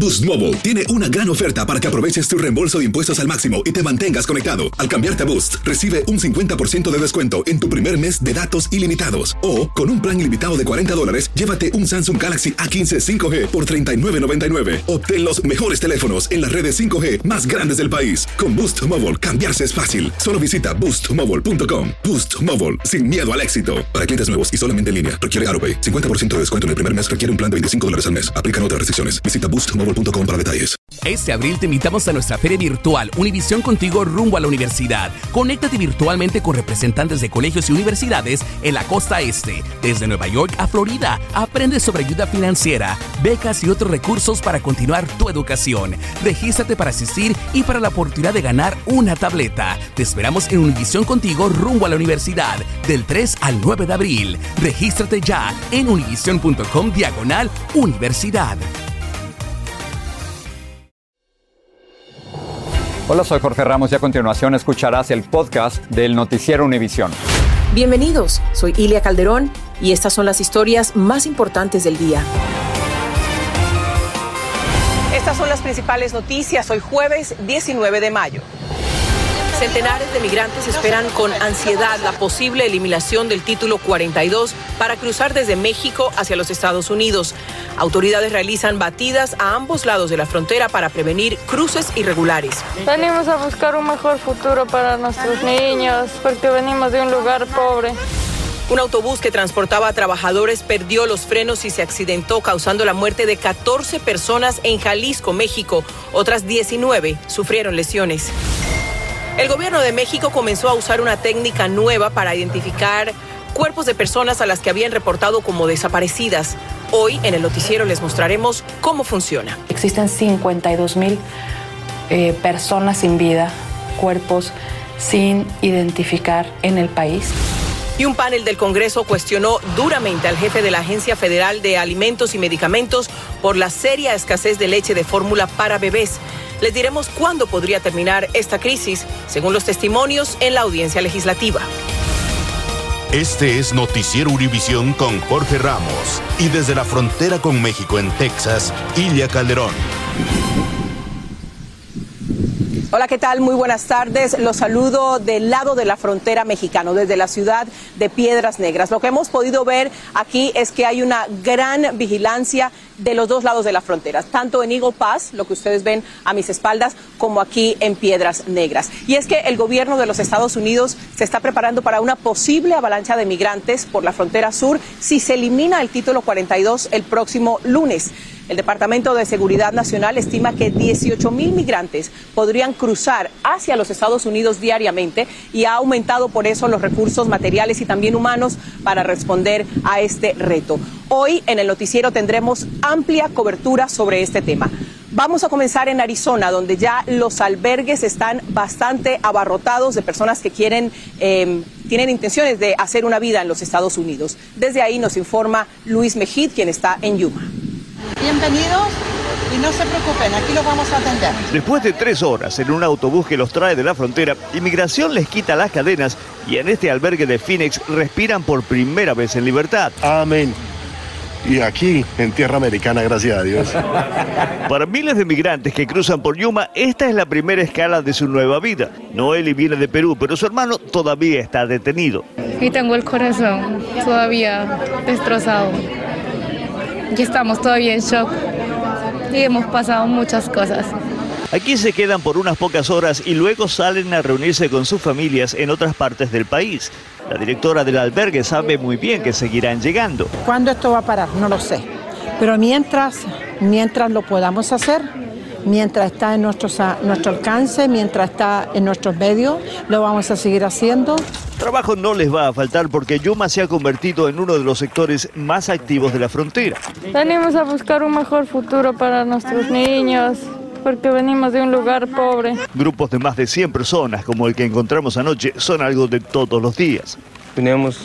Boost Mobile tiene una gran oferta para que aproveches tu reembolso de impuestos al máximo y te mantengas conectado. Al cambiarte a Boost, recibe un 50% de descuento en tu primer mes de datos ilimitados. O, con un plan ilimitado de $40, llévate un Samsung Galaxy A15 5G por $39.99. Obtén los mejores teléfonos en las redes 5G más grandes del país. Con Boost Mobile, cambiarse es fácil. Solo visita boostmobile.com. Boost Mobile, sin miedo al éxito. Para clientes nuevos y solamente en línea, requiere AroPay. 50% de descuento en el primer mes requiere un plan de $25 al mes. Aplican otras restricciones. Visita boostmobile.com para detalles. Este abril te invitamos a nuestra feria virtual Univisión Contigo rumbo a la universidad. Conéctate virtualmente con representantes de colegios y universidades en la costa este. Desde Nueva York a Florida, aprende sobre ayuda financiera, becas y otros recursos para continuar tu educación. Regístrate para asistir y para la oportunidad de ganar una tableta. Te esperamos en Univisión Contigo rumbo a la universidad del 3 al 9 de abril. Regístrate ya en univision.com/universidad. Hola, soy Jorge Ramos y a continuación escucharás el podcast del Noticiero Univisión. Bienvenidos, soy Ilia Calderón y estas son las historias más importantes del día. Estas son las principales noticias hoy jueves 19 de mayo. Centenares de migrantes esperan con ansiedad la posible eliminación del título 42 para cruzar desde México hacia los Estados Unidos. Autoridades realizan batidas a ambos lados de la frontera para prevenir cruces irregulares. Venimos a buscar un mejor futuro para nuestros niños porque venimos de un lugar pobre. Un autobús que transportaba a trabajadores perdió los frenos y se accidentó, causando la muerte de 14 personas en Jalisco, México. Otras 19 sufrieron lesiones. El gobierno de México comenzó a usar una técnica nueva para identificar cuerpos de personas a las que habían reportado como desaparecidas. Hoy en el noticiero les mostraremos cómo funciona. Existen 52,000 personas sin vida, cuerpos sin identificar en el país. Y un panel del Congreso cuestionó duramente al jefe de la Agencia Federal de Alimentos y Medicamentos por la seria escasez de leche de fórmula para bebés. Les diremos cuándo podría terminar esta crisis, según los testimonios en la audiencia legislativa. Este es Noticiero Univisión con Jorge Ramos. Y desde la frontera con México en Texas, Ilia Calderón. Hola, ¿qué tal? Muy buenas tardes. Los saludo del lado de la frontera mexicano, desde la ciudad de Piedras Negras. Lo que hemos podido ver aquí es que hay una gran vigilancia de los dos lados de la frontera, tanto en Eagle Pass, lo que ustedes ven a mis espaldas, como aquí en Piedras Negras. Y es que el gobierno de los Estados Unidos se está preparando para una posible avalancha de migrantes por la frontera sur si se elimina el título 42 el próximo lunes. El Departamento de Seguridad Nacional estima que 18,000 migrantes podrían cruzar hacia los Estados Unidos diariamente y ha aumentado por eso los recursos materiales y también humanos para responder a este reto. Hoy en el noticiero tendremos amplia cobertura sobre este tema. Vamos a comenzar en Arizona, donde ya los albergues están bastante abarrotados de personas que tienen intenciones de hacer una vida en los Estados Unidos. Desde ahí nos informa Luis Mejid, quien está en Yuma. Bienvenidos y no se preocupen, aquí los vamos a atender. Después de 3 horas en un autobús que los trae de la frontera, Inmigración les quita las cadenas y en este albergue de Phoenix respiran por primera vez en libertad. Amén. Y aquí, en tierra americana, gracias a Dios. Para miles de migrantes que cruzan por Yuma, esta es la primera escala de su nueva vida. Noeli viene de Perú, pero su hermano todavía está detenido. Y tengo el corazón todavía destrozado. Y estamos todavía en shock. Y hemos pasado muchas cosas. Aquí se quedan por unas pocas horas y luego salen a reunirse con sus familias en otras partes del país. La directora del albergue sabe muy bien que seguirán llegando. ¿Cuándo esto va a parar? No lo sé. Pero mientras lo podamos hacer, mientras está en nuestro alcance, mientras está en nuestros medios, lo vamos a seguir haciendo. Trabajo no les va a faltar porque Yuma se ha convertido en uno de los sectores más activos de la frontera. Venimos a buscar un mejor futuro para nuestros niños porque venimos de un lugar pobre. Grupos de más de 100 personas, como el que encontramos anoche, son algo de todos los días. Veníamos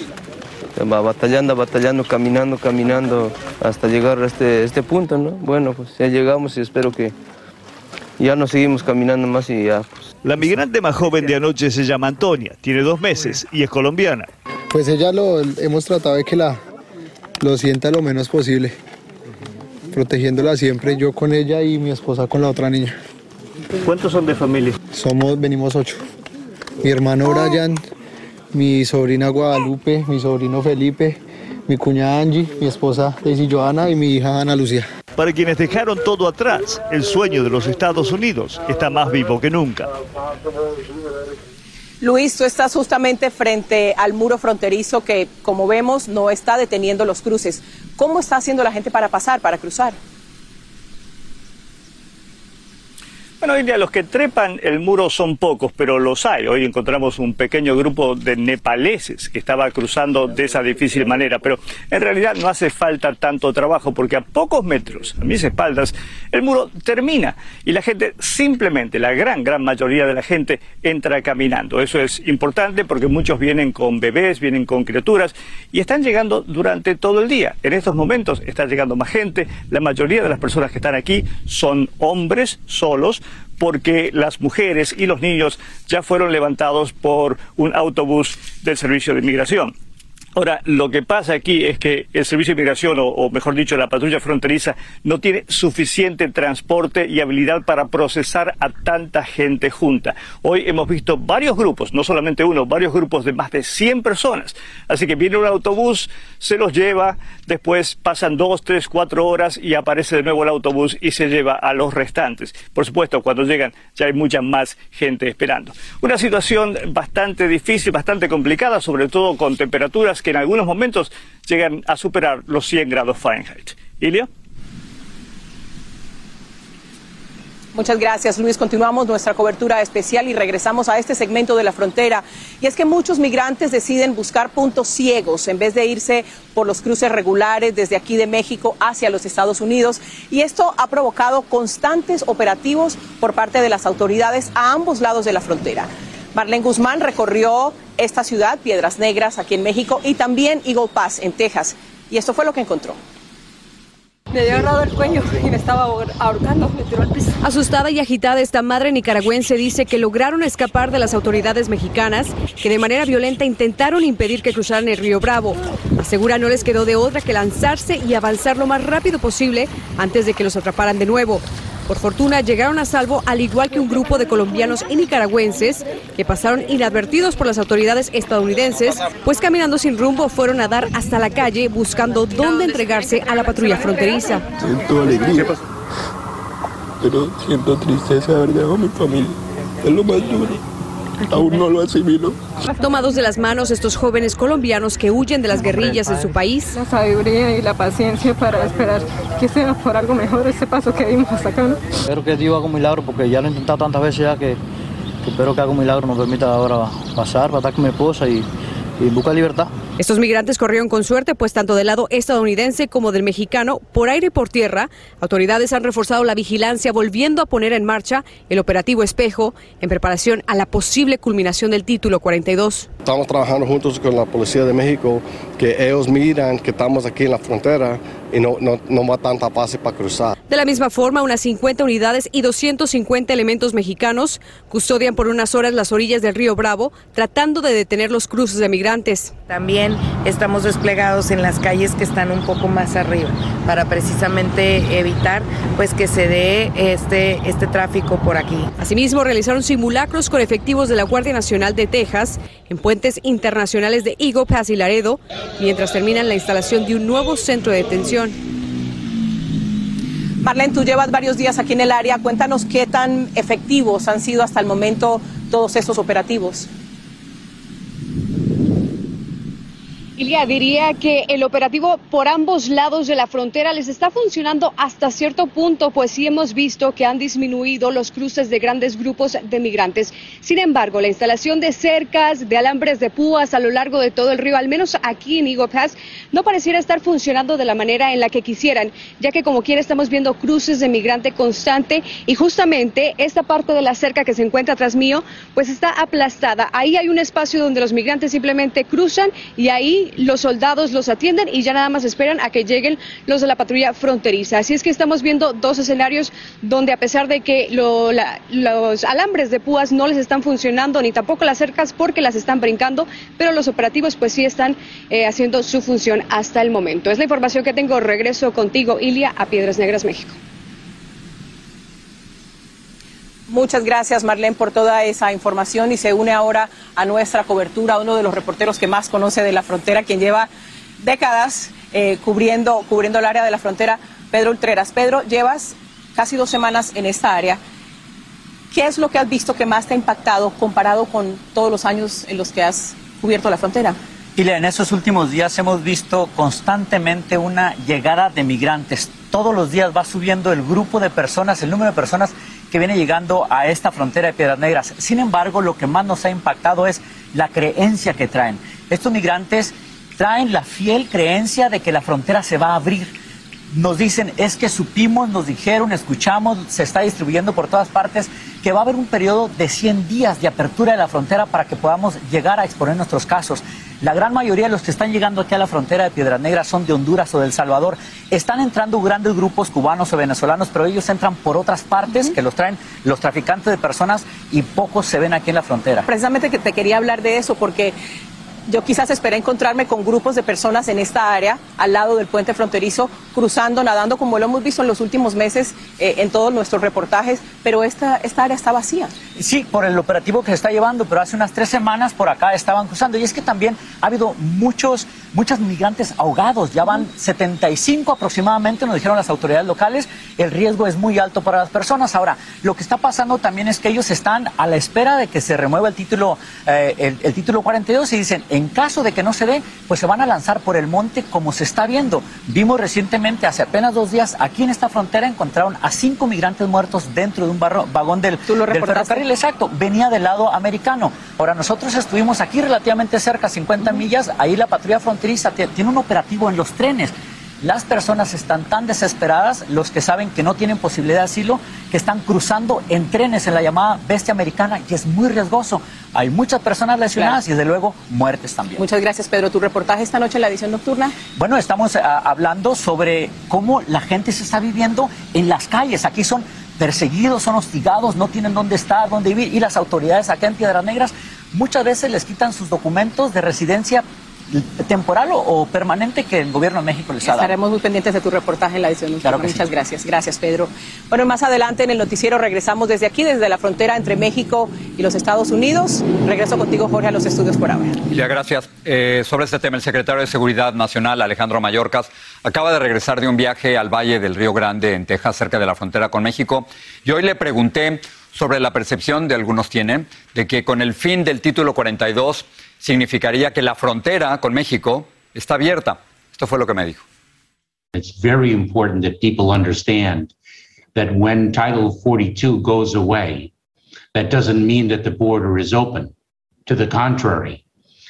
batallando, caminando hasta llegar a este punto, ¿no? Bueno, pues ya llegamos y espero que ya no seguimos caminando más y ya. Pues. La migrante más joven de anoche se llama Antonia, tiene 2 meses y es colombiana. Pues ella hemos tratado de que lo sienta lo menos posible. protegiéndola siempre, yo con ella y mi esposa con la otra niña. ¿Cuántos son de familia? Venimos 8. Mi hermano Brian, mi sobrina Guadalupe, mi sobrino Felipe, mi cuñada Angie, mi esposa Daisy Johanna y mi hija Ana Lucía. Para quienes dejaron todo atrás, el sueño de los Estados Unidos está más vivo que nunca. Luis, tú estás justamente frente al muro fronterizo que, como vemos, no está deteniendo los cruces. ¿Cómo está haciendo la gente para pasar, para cruzar? Bueno, hoy día los que trepan el muro son pocos, pero los hay. Hoy encontramos un pequeño grupo de nepaleses que estaba cruzando de esa difícil manera, pero en realidad no hace falta tanto trabajo porque a pocos metros, a mis espaldas, el muro termina y la gente simplemente, la gran mayoría de la gente entra caminando. Eso es importante porque muchos vienen con bebés, vienen con criaturas y están llegando durante todo el día. En estos momentos está llegando más gente. La mayoría de las personas que están aquí son hombres solos, porque las mujeres y los niños ya fueron levantados por un autobús del Servicio de Inmigración. Ahora, lo que pasa aquí es que el Servicio de Inmigración, o mejor dicho, la patrulla fronteriza, no tiene suficiente transporte y habilidad para procesar a tanta gente junta. Hoy hemos visto varios grupos, no solamente uno, varios grupos de más de 100 personas. Así que viene un autobús, se los lleva, después pasan 2, 3, 4 horas y aparece de nuevo el autobús y se lleva a los restantes. Por supuesto, cuando llegan ya hay mucha más gente esperando. Una situación bastante difícil, bastante complicada, sobre todo con temperaturas que en algunos momentos llegan a superar los 100 grados Fahrenheit. ¿Ilia? Muchas gracias, Luis. Continuamos nuestra cobertura especial y regresamos a este segmento de la frontera. Y es que muchos migrantes deciden buscar puntos ciegos en vez de irse por los cruces regulares desde aquí de México hacia los Estados Unidos. Y esto ha provocado constantes operativos por parte de las autoridades a ambos lados de la frontera. Marlene Guzmán recorrió esta ciudad, Piedras Negras, aquí en México, y también Eagle Pass, en Texas. Y esto fue lo que encontró. Me había agarrado el cuello y me estaba ahorcando, me tiró al piso. Asustada y agitada, esta madre nicaragüense dice que lograron escapar de las autoridades mexicanas que de manera violenta intentaron impedir que cruzaran el río Bravo. Asegura no les quedó de otra que lanzarse y avanzar lo más rápido posible antes de que los atraparan de nuevo. Por fortuna llegaron a salvo, al igual que un grupo de colombianos y nicaragüenses que pasaron inadvertidos por las autoridades estadounidenses, pues caminando sin rumbo fueron a dar hasta la calle buscando dónde entregarse a la patrulla fronteriza. Siento alegría, pero siento tristeza de haber dejado a mi familia. Es lo más duro. Aún no lo asimilo. Tomados de las manos estos jóvenes colombianos que huyen de las guerrillas en su país. La sabiduría y la paciencia para esperar que sea por algo mejor ese paso que dimos hasta acá, ¿no? Espero que Dios haga un milagro porque ya lo he intentado tantas veces ya que espero que haga un milagro, nos permita ahora pasar, para estar con mi esposa y buscar libertad. Estos migrantes corrieron con suerte, pues tanto del lado estadounidense como del mexicano, por aire y por tierra, autoridades han reforzado la vigilancia, volviendo a poner en marcha el operativo Espejo en preparación a la posible culminación del título 42. Estamos trabajando juntos con la Policía de México, que ellos miran que estamos aquí en la frontera y no va tanta paz para cruzar. De la misma forma, unas 50 unidades y 250 elementos mexicanos custodian por unas horas las orillas del río Bravo, tratando de detener los cruces de migrantes. También estamos desplegados en las calles que están un poco más arriba para precisamente evitar pues que se dé este tráfico por aquí. Asimismo, realizaron simulacros con efectivos de la Guardia Nacional de Texas en puentes internacionales de Eagle Pass y Laredo, mientras terminan la instalación de un nuevo centro de detención. Marlene, tú llevas varios días aquí en el área. Cuéntanos qué tan efectivos han sido hasta el momento todos estos operativos. Ilia, diría que el operativo por ambos lados de la frontera les está funcionando hasta cierto punto, pues sí hemos visto que han disminuido los cruces de grandes grupos de migrantes. Sin embargo, la instalación de cercas, de alambres de púas a lo largo de todo el río, al menos aquí en Eagle Pass, no pareciera estar funcionando de la manera en la que quisieran, ya que como quiera estamos viendo cruces de migrante constante y justamente esta parte de la cerca que se encuentra atrás mío, pues está aplastada. Ahí hay un espacio donde los migrantes simplemente cruzan y ahí ahí los soldados los atienden y ya nada más esperan a que lleguen los de la patrulla fronteriza. Así es que estamos viendo dos escenarios donde, a pesar de que los alambres de púas no les están funcionando, ni tampoco las cercas porque las están brincando, pero los operativos pues sí están haciendo su función hasta el momento. Es la información que tengo. Regreso contigo, Ilia, a Piedras Negras, México. Muchas gracias, Marlene, por toda esa información, y se une ahora a nuestra cobertura uno de los reporteros que más conoce de la frontera, quien lleva décadas cubriendo el área de la frontera, Pedro Ultreras. Pedro, llevas casi 2 semanas en esta área. ¿Qué es lo que has visto que más te ha impactado comparado con todos los años en los que has cubierto la frontera? Y en esos últimos días hemos visto constantemente una llegada de migrantes. Todos los días va subiendo el grupo de personas, el número de personas que viene llegando a esta frontera de Piedras Negras. Sin embargo, lo que más nos ha impactado es la creencia que traen. Estos migrantes traen la fiel creencia de que la frontera se va a abrir. Nos dicen, es que supimos, nos dijeron, escuchamos, se está distribuyendo por todas partes, que va a haber un periodo de 100 días de apertura de la frontera para que podamos llegar a exponer nuestros casos. La gran mayoría de los que están llegando aquí a la frontera de Piedras Negras son de Honduras o de El Salvador. Están entrando grandes grupos cubanos o venezolanos, pero ellos entran por otras partes que los traen los traficantes de personas, y pocos se ven aquí en la frontera. Precisamente que te quería hablar de eso, porque yo quizás esperé encontrarme con grupos de personas en esta área, al lado del puente fronterizo, cruzando, nadando, como lo hemos visto en los últimos meses en todos nuestros reportajes, pero esta área está vacía. Sí, por el operativo que se está llevando, pero hace unas 3 semanas por acá estaban cruzando. Y es que también ha habido muchos migrantes ahogados, ya van 75 aproximadamente, nos dijeron las autoridades locales. El riesgo es muy alto para las personas. Ahora, lo que está pasando también es que ellos están a la espera de que se remueva el título 42, y dicen, en caso de que no se dé, pues se van a lanzar por el monte, como se está viendo. Vimos recientemente, hace apenas 2 días, aquí en esta frontera encontraron a 5 migrantes muertos dentro de un vagón del ferrocarril. Exacto, venía del lado americano. Ahora, nosotros estuvimos aquí relativamente cerca, 50 millas, ahí la patrulla fronteriza tiene un operativo en los trenes. Las personas están tan desesperadas, los que saben que no tienen posibilidad de asilo, que están cruzando en trenes en la llamada bestia americana, y es muy riesgoso. Hay muchas personas lesionadas, claro, y desde luego muertes también. Muchas gracias, Pedro. ¿Tu reportaje esta noche en la edición nocturna? Bueno, estamos hablando sobre cómo la gente se está viviendo en las calles. Aquí son perseguidos, son hostigados, no tienen dónde estar, dónde vivir, y las autoridades acá en Piedras Negras muchas veces les quitan sus documentos de residencia temporal o permanente que el gobierno de México les ha dado. Estaremos muy pendientes de tu reportaje en la edición nocturna. Claro, muchas gracias. Gracias, Pedro. Bueno, más adelante en el noticiero regresamos desde aquí, desde la frontera entre México y los Estados Unidos. Regreso contigo, Jorge, a los estudios por ahora. Ya, gracias. Sobre este tema, el secretario de Seguridad Nacional, Alejandro Mayorkas, acaba de regresar de un viaje al Valle del Río Grande, en Texas, cerca de la frontera con México. Y hoy le pregunté sobre la percepción de algunos tienen de que con el fin del título 42 significaría que la frontera con México está abierta. Esto fue lo que me dijo. It's very important that people understand that when Title 42 goes away, that doesn't mean that the border is open. To the contrary,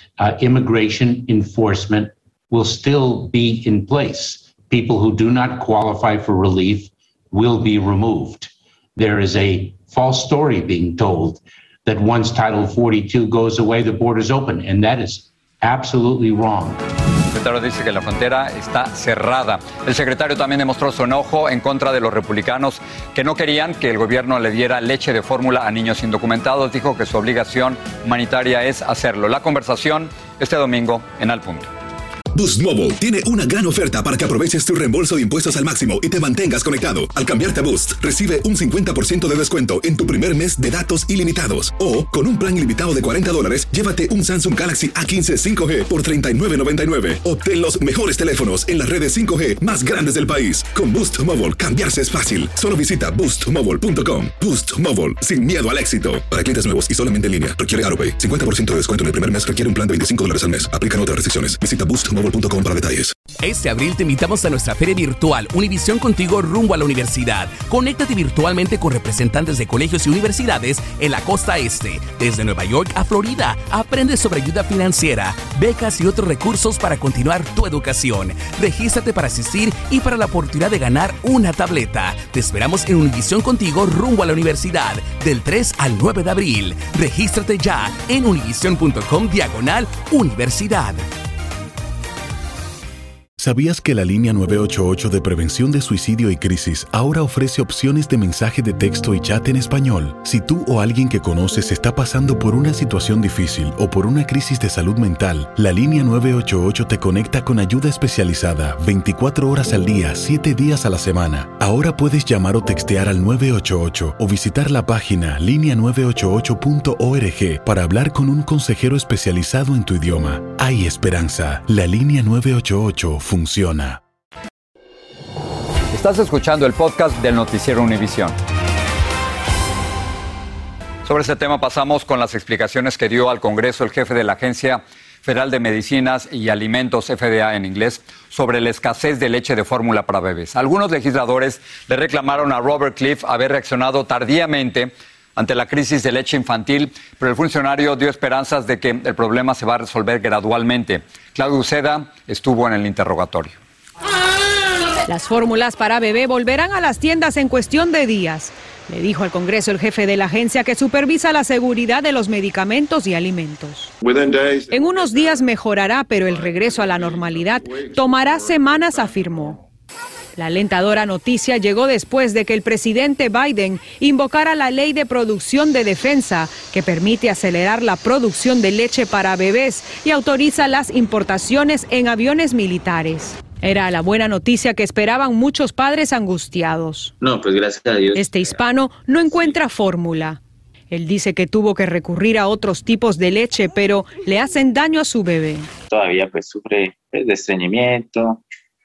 immigration enforcement will still be in place. People who do not qualify for relief will be removed. There is a false story being told that once Title 42 goes away, the border is open, and that is absolutely wrong. El secretario dice que la frontera está cerrada. El secretario también demostró su enojo en contra de los republicanos que no querían que el gobierno le diera leche de fórmula a niños indocumentados. Dijo que su obligación humanitaria es hacerlo. La conversación este domingo en Al Punto. Boost Mobile tiene una gran oferta para que aproveches tu reembolso de impuestos al máximo y te mantengas conectado. Al cambiarte a Boost, recibe un 50% de descuento en tu primer mes de datos ilimitados. O, con un plan ilimitado de $40, llévate un Samsung Galaxy A15 5G por $39.99. Obtén los mejores teléfonos en las redes 5G más grandes del país. Con Boost Mobile, cambiarse es fácil. Solo visita boostmobile.com. Boost Mobile, sin miedo al éxito. Para clientes nuevos y solamente en línea, requiere AroPay. 50% de descuento en el primer mes requiere un plan de $25 al mes. Aplican otras restricciones. Visita boostmobile.com para detalles. Este abril te invitamos a nuestra feria virtual Univisión Contigo rumbo a la universidad. Conéctate virtualmente con representantes de colegios y universidades en la costa este, desde Nueva York a Florida. Aprende sobre ayuda financiera, becas y otros recursos para continuar tu educación. Regístrate para asistir y para la oportunidad de ganar una tableta. Te esperamos en Univisión Contigo rumbo a la universidad del 3 al 9 de abril. Regístrate ya en univision.com/universidad. ¿Sabías que la línea 988 de prevención de suicidio y crisis ahora ofrece opciones de mensaje de texto y chat en español? Si tú o alguien que conoces está pasando por una situación difícil o por una crisis de salud mental, la línea 988 te conecta con ayuda especializada 24 horas al día, 7 días a la semana. Ahora puedes llamar o textear al 988 o visitar la página linea988.org para hablar con un consejero especializado en tu idioma. Hay esperanza. La línea 988 funciona. Estás escuchando el podcast del Noticiero Univisión. Sobre este tema pasamos con las explicaciones que dio al Congreso el jefe de la Agencia Federal de Medicinas y Alimentos, FDA en inglés, sobre la escasez de leche de fórmula para bebés. Algunos legisladores le reclamaron a Robert Cliff haber reaccionado tardíamente ante la crisis de leche infantil, pero el funcionario dio esperanzas de que el problema se va a resolver gradualmente. Claudio Uceda estuvo en el interrogatorio. Las fórmulas para bebé volverán a las tiendas en cuestión de días, le dijo al Congreso el jefe de la agencia que supervisa la seguridad de los medicamentos y alimentos. En unos días mejorará, pero el regreso a la normalidad tomará semanas, afirmó. La alentadora noticia llegó después de que el presidente Biden invocara la Ley de Producción de Defensa, que permite acelerar la producción de leche para bebés y autoriza las importaciones en aviones militares. Era la buena noticia que esperaban muchos padres angustiados. No, pues gracias a Dios. Este hispano no encuentra fórmula. Él dice que tuvo que recurrir a otros tipos de leche, pero le hacen daño a su bebé. Todavía pues sufre de estreñimiento.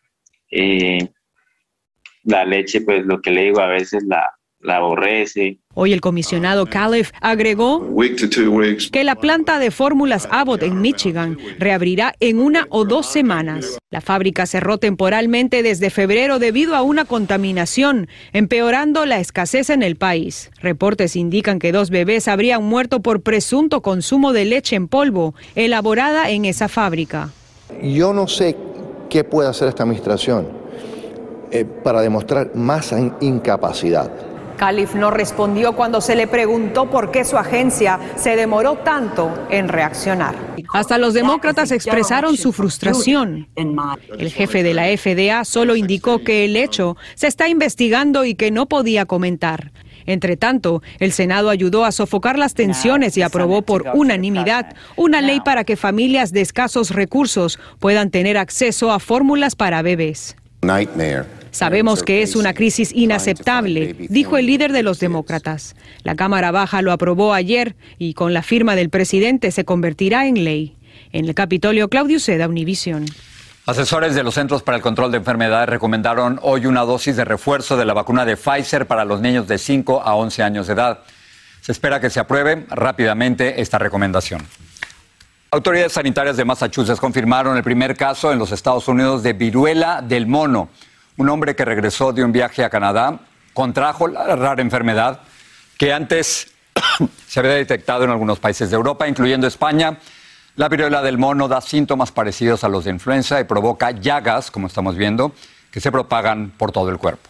La leche, pues lo que le digo, a veces la aborrece. Hoy el comisionado Califf agregó que la planta de fórmulas Abbott en Michigan reabrirá en 1 o 2 semanas. La fábrica cerró temporalmente desde febrero debido a una contaminación, empeorando la escasez en el país. Reportes indican que 2 bebés habrían muerto por presunto consumo de leche en polvo elaborada en esa fábrica. Yo no sé qué puede hacer esta administración para demostrar más incapacidad. Califf no respondió cuando se le preguntó por qué su agencia se demoró tanto en reaccionar. Hasta los demócratas expresaron su frustración. El jefe de la FDA solo indicó que el hecho se está investigando y que no podía comentar. Entre tanto, el Senado ayudó a sofocar las tensiones y aprobó por unanimidad una ley para que familias de escasos recursos puedan tener acceso a fórmulas para bebés. Sabemos que es una crisis inaceptable, dijo el líder de los demócratas. La Cámara Baja lo aprobó ayer y con la firma del presidente se convertirá en ley. En el Capitolio, Claudio Uceda, Univisión. Asesores de los Centros para el Control de Enfermedades recomendaron hoy una dosis de refuerzo de la vacuna de Pfizer para los niños de 5 a 11 años de edad. Se espera que se apruebe rápidamente esta recomendación. Autoridades sanitarias de Massachusetts confirmaron el primer caso en los Estados Unidos de viruela del mono. Un hombre que regresó de un viaje a Canadá contrajo la rara enfermedad que antes se había detectado en algunos países de Europa, incluyendo España. La viruela del mono da síntomas parecidos a los de influenza y provoca llagas, como estamos viendo, que se propagan por todo el cuerpo.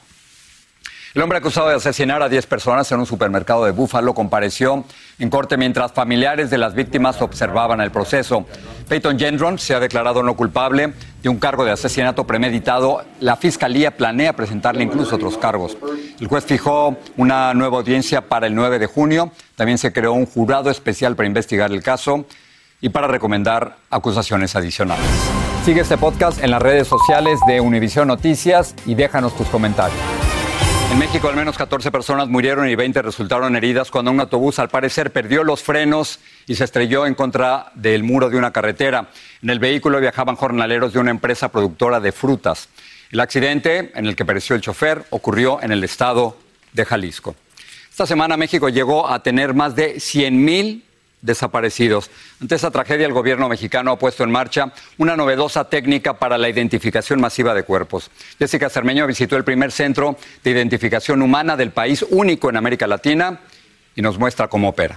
El hombre acusado de asesinar a 10 personas en un supermercado de Búfalo compareció en corte mientras familiares de las víctimas observaban el proceso. Peyton Gendron se ha declarado no culpable de un cargo de asesinato premeditado. La fiscalía planea presentarle incluso otros cargos. El juez fijó una nueva audiencia para el 9 de junio. También se creó un jurado especial para investigar el caso y para recomendar acusaciones adicionales. Sigue este podcast en las redes sociales de Univisión Noticias y déjanos tus comentarios. En México, al menos 14 personas murieron y 20 resultaron heridas cuando un autobús, al parecer, perdió los frenos y se estrelló en contra del muro de una carretera. En el vehículo viajaban jornaleros de una empresa productora de frutas. El accidente, en el que pereció el chofer, ocurrió en el estado de Jalisco. Esta semana México llegó a tener más de 100,000 desaparecidos. Ante esa tragedia, el gobierno mexicano ha puesto en marcha una novedosa técnica para la identificación masiva de cuerpos. Jessica Cermeño visitó el primer centro de identificación humana del país, único en América Latina, y nos muestra cómo opera.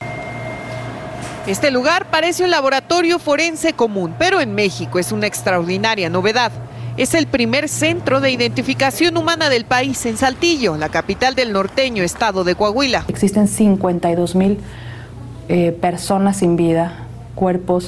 Este lugar parece un laboratorio forense común, pero en México es una extraordinaria novedad. Es el primer centro de identificación humana del país en Saltillo, la capital del norteño estado de Coahuila. Existen 52,000 personas sin vida, cuerpos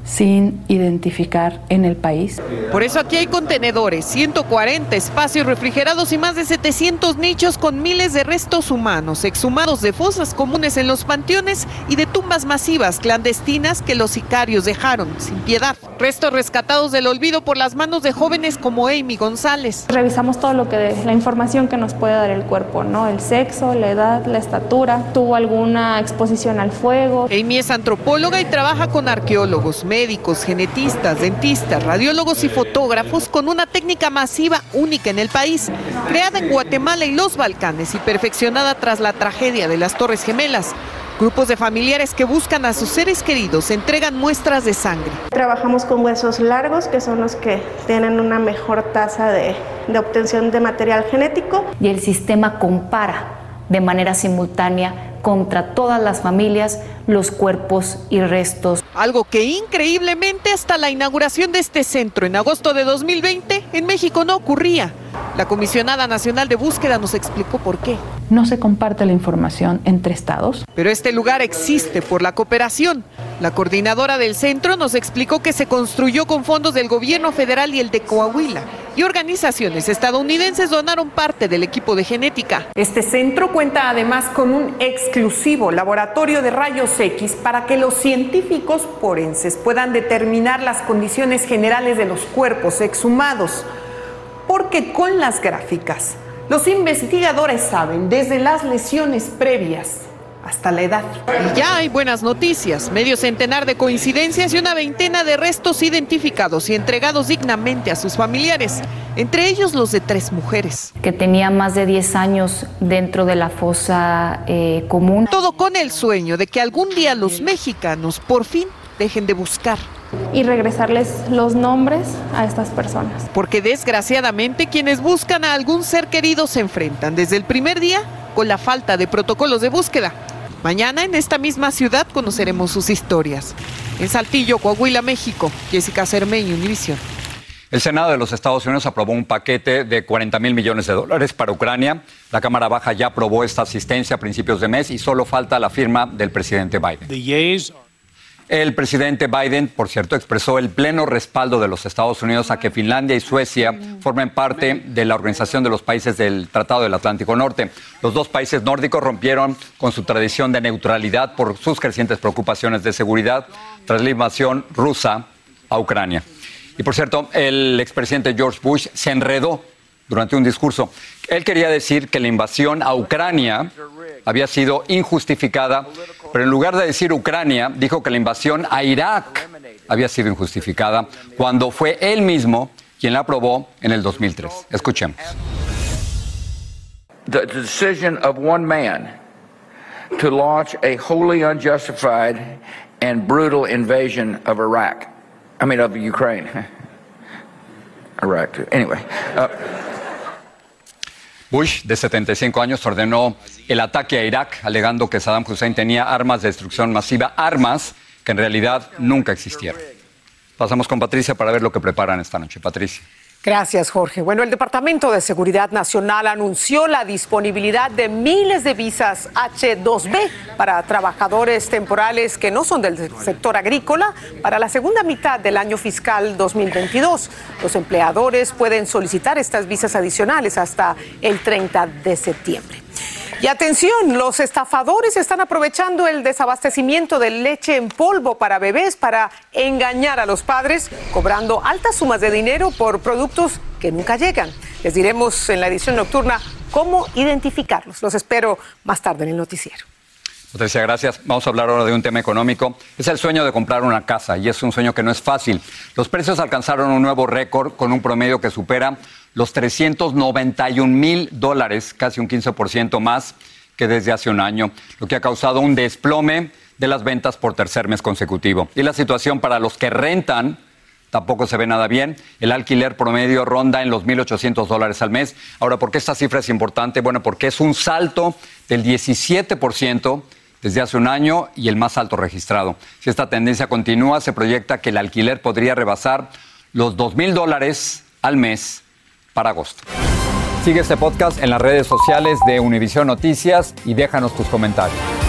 sin identificar en el país. Por eso aquí hay contenedores, 140 espacios refrigerados y más de 700 nichos con miles de restos humanos, exhumados de fosas comunes en los panteones y de tumbas masivas clandestinas que los sicarios dejaron sin piedad. Restos rescatados del olvido por las manos de jóvenes como Amy González. Revisamos todo la información que nos puede dar el cuerpo, ¿no? El sexo, la edad, la estatura, tuvo alguna exposición al fuego. Amy es antropóloga y trabaja con arqueólogos, médicos, genetistas, dentistas, radiólogos y fotógrafos con una técnica masiva única en el país, creada en Guatemala y los Balcanes y perfeccionada tras la tragedia de las Torres Gemelas. Grupos de familiares que buscan a sus seres queridos entregan muestras de sangre. Trabajamos con huesos largos, que son los que tienen una mejor tasa de obtención de material genético. Y el sistema compara de manera simultánea contra todas las familias los cuerpos y restos. Algo que increíblemente hasta la inauguración de este centro en agosto de 2020 en México no ocurría. La Comisionada Nacional de Búsqueda nos explicó por qué. No se comparte la información entre estados. Pero este lugar existe por la cooperación. La coordinadora del centro nos explicó que se construyó con fondos del gobierno federal y el de Coahuila. Y organizaciones estadounidenses donaron parte del equipo de genética. Este centro cuenta además con un exclusivo laboratorio de rayos X para que los científicos forenses puedan determinar las condiciones generales de los cuerpos exhumados. Porque con las gráficas, los investigadores saben desde las lesiones previas hasta la edad. Y ya hay buenas noticias, medio centenar de coincidencias y una veintena de restos identificados y entregados dignamente a sus familiares, entre ellos los de 3 mujeres. Que tenía más de 10 años dentro de la fosa común. Todo con el sueño de que algún día los mexicanos por fin dejen de buscar. Y regresarles los nombres a estas personas. Porque desgraciadamente quienes buscan a algún ser querido se enfrentan desde el primer día con la falta de protocolos de búsqueda. Mañana en esta misma ciudad conoceremos sus historias. En Saltillo, Coahuila, México, Jessica Cermeño, Univisión. El Senado de los Estados Unidos aprobó un paquete de $40,000 millones para Ucrania. La Cámara Baja ya aprobó esta asistencia a principios de mes y solo falta la firma del presidente Biden. El presidente Biden, por cierto, expresó el pleno respaldo de los Estados Unidos a que Finlandia y Suecia formen parte de la Organización de los Países del Tratado del Atlántico Norte. Los 2 países nórdicos rompieron con su tradición de neutralidad por sus crecientes preocupaciones de seguridad tras la invasión rusa a Ucrania. Y por cierto, el expresidente George Bush se enredó durante un discurso. Él quería decir que la invasión a Ucrania había sido injustificada, pero en lugar de decir Ucrania, dijo que la invasión a Irak había sido injustificada, cuando fue él mismo quien la aprobó en el 2003. Escuchemos. The decision of one man to launch a wholly unjustified and brutal invasion of of Ukraine. Iraq, anyway. Bush, de 75 años, ordenó el ataque a Irak, alegando que Saddam Hussein tenía armas de destrucción masiva, armas que en realidad nunca existieron. Pasamos con Patricia para ver lo que preparan esta noche. Patricia. Gracias, Jorge. Bueno, el Departamento de Seguridad Nacional anunció la disponibilidad de miles de visas H-2B para trabajadores temporales que no son del sector agrícola para la segunda mitad del año fiscal 2022. Los empleadores pueden solicitar estas visas adicionales hasta el 30 de septiembre. Y atención, los estafadores están aprovechando el desabastecimiento de leche en polvo para bebés para engañar a los padres, cobrando altas sumas de dinero por productos que nunca llegan. Les diremos en la edición nocturna cómo identificarlos. Los espero más tarde en el noticiero. Patricia, gracias. Vamos a hablar ahora de un tema económico. Es el sueño de comprar una casa y es un sueño que no es fácil. Los precios alcanzaron un nuevo récord con un promedio que supera los $391,000, casi un 15% más que desde hace un año, lo que ha causado un desplome de las ventas por tercer mes consecutivo. Y la situación para los que rentan tampoco se ve nada bien. El alquiler promedio ronda en los $1,800 al mes. Ahora, ¿por qué esta cifra es importante? Bueno, porque es un salto del 17% desde hace un año y el más alto registrado. Si esta tendencia continúa, se proyecta que el alquiler podría rebasar los $2,000 al mes para agosto. Sigue este podcast en las redes sociales de Univisión Noticias y déjanos tus comentarios.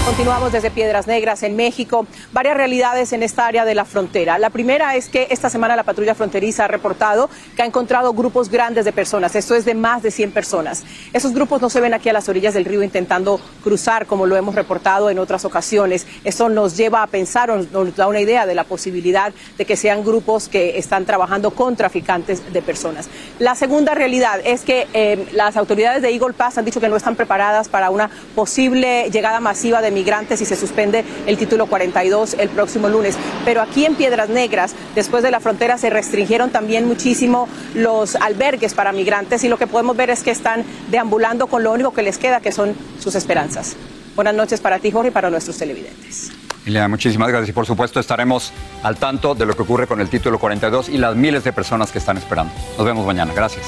Continuamos desde Piedras Negras, en México. Varias realidades en esta área de la frontera. La primera es que esta semana la patrulla fronteriza ha reportado que ha encontrado grupos grandes de personas. Esto es de más de 100 personas. Esos grupos no se ven aquí a las orillas del río intentando cruzar, como lo hemos reportado en otras ocasiones. Eso nos lleva a pensar, o nos da una idea de la posibilidad de que sean grupos que están trabajando con traficantes de personas. La segunda realidad es que las autoridades de Eagle Pass han dicho que no están preparadas para una posible llegada masiva de migrantes y se suspende el título 42 el próximo lunes. Pero aquí en Piedras Negras, después de la frontera, se restringieron también muchísimo los albergues para migrantes y lo que podemos ver es que están deambulando con lo único que les queda, que son sus esperanzas. Buenas noches para ti, Jorge, y para nuestros televidentes. Ileana, muchísimas gracias y por supuesto estaremos al tanto de lo que ocurre con el título 42 y las miles de personas que están esperando. Nos vemos mañana. Gracias.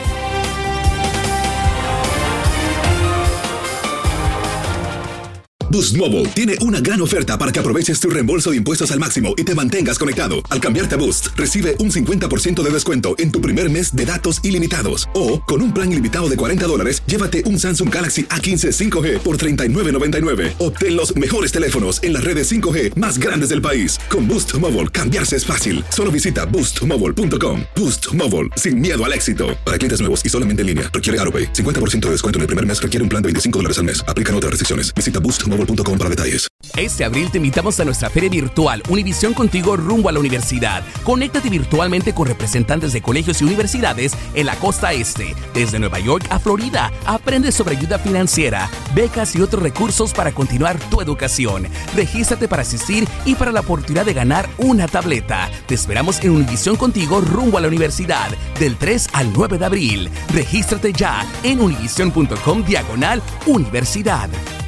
Boost Mobile tiene una gran oferta para que aproveches tu reembolso de impuestos al máximo y te mantengas conectado. Al cambiarte a Boost, recibe un 50% de descuento en tu primer mes de datos ilimitados. O, con un plan ilimitado de $40, llévate un Samsung Galaxy A15 5G por $39.99. Obtén los mejores teléfonos en las redes 5G más grandes del país. Con Boost Mobile, cambiarse es fácil. Solo visita boostmobile.com. Boost Mobile, sin miedo al éxito. Para clientes nuevos y solamente en línea, requiere AroPay. 50% de descuento en el primer mes, requiere un plan de $25 al mes. Aplican otras restricciones. Visita boostmobile.com para detalles. Este abril te invitamos a nuestra feria virtual Univisión Contigo rumbo a la universidad. Conéctate virtualmente con representantes de colegios y universidades en la costa este, desde Nueva York a Florida. Aprende sobre ayuda financiera, becas y otros recursos para continuar tu educación. Regístrate para asistir y para la oportunidad de ganar una tableta. Te esperamos en Univisión Contigo rumbo a la universidad del 3 al 9 de abril. Regístrate ya en univision.com/universidad.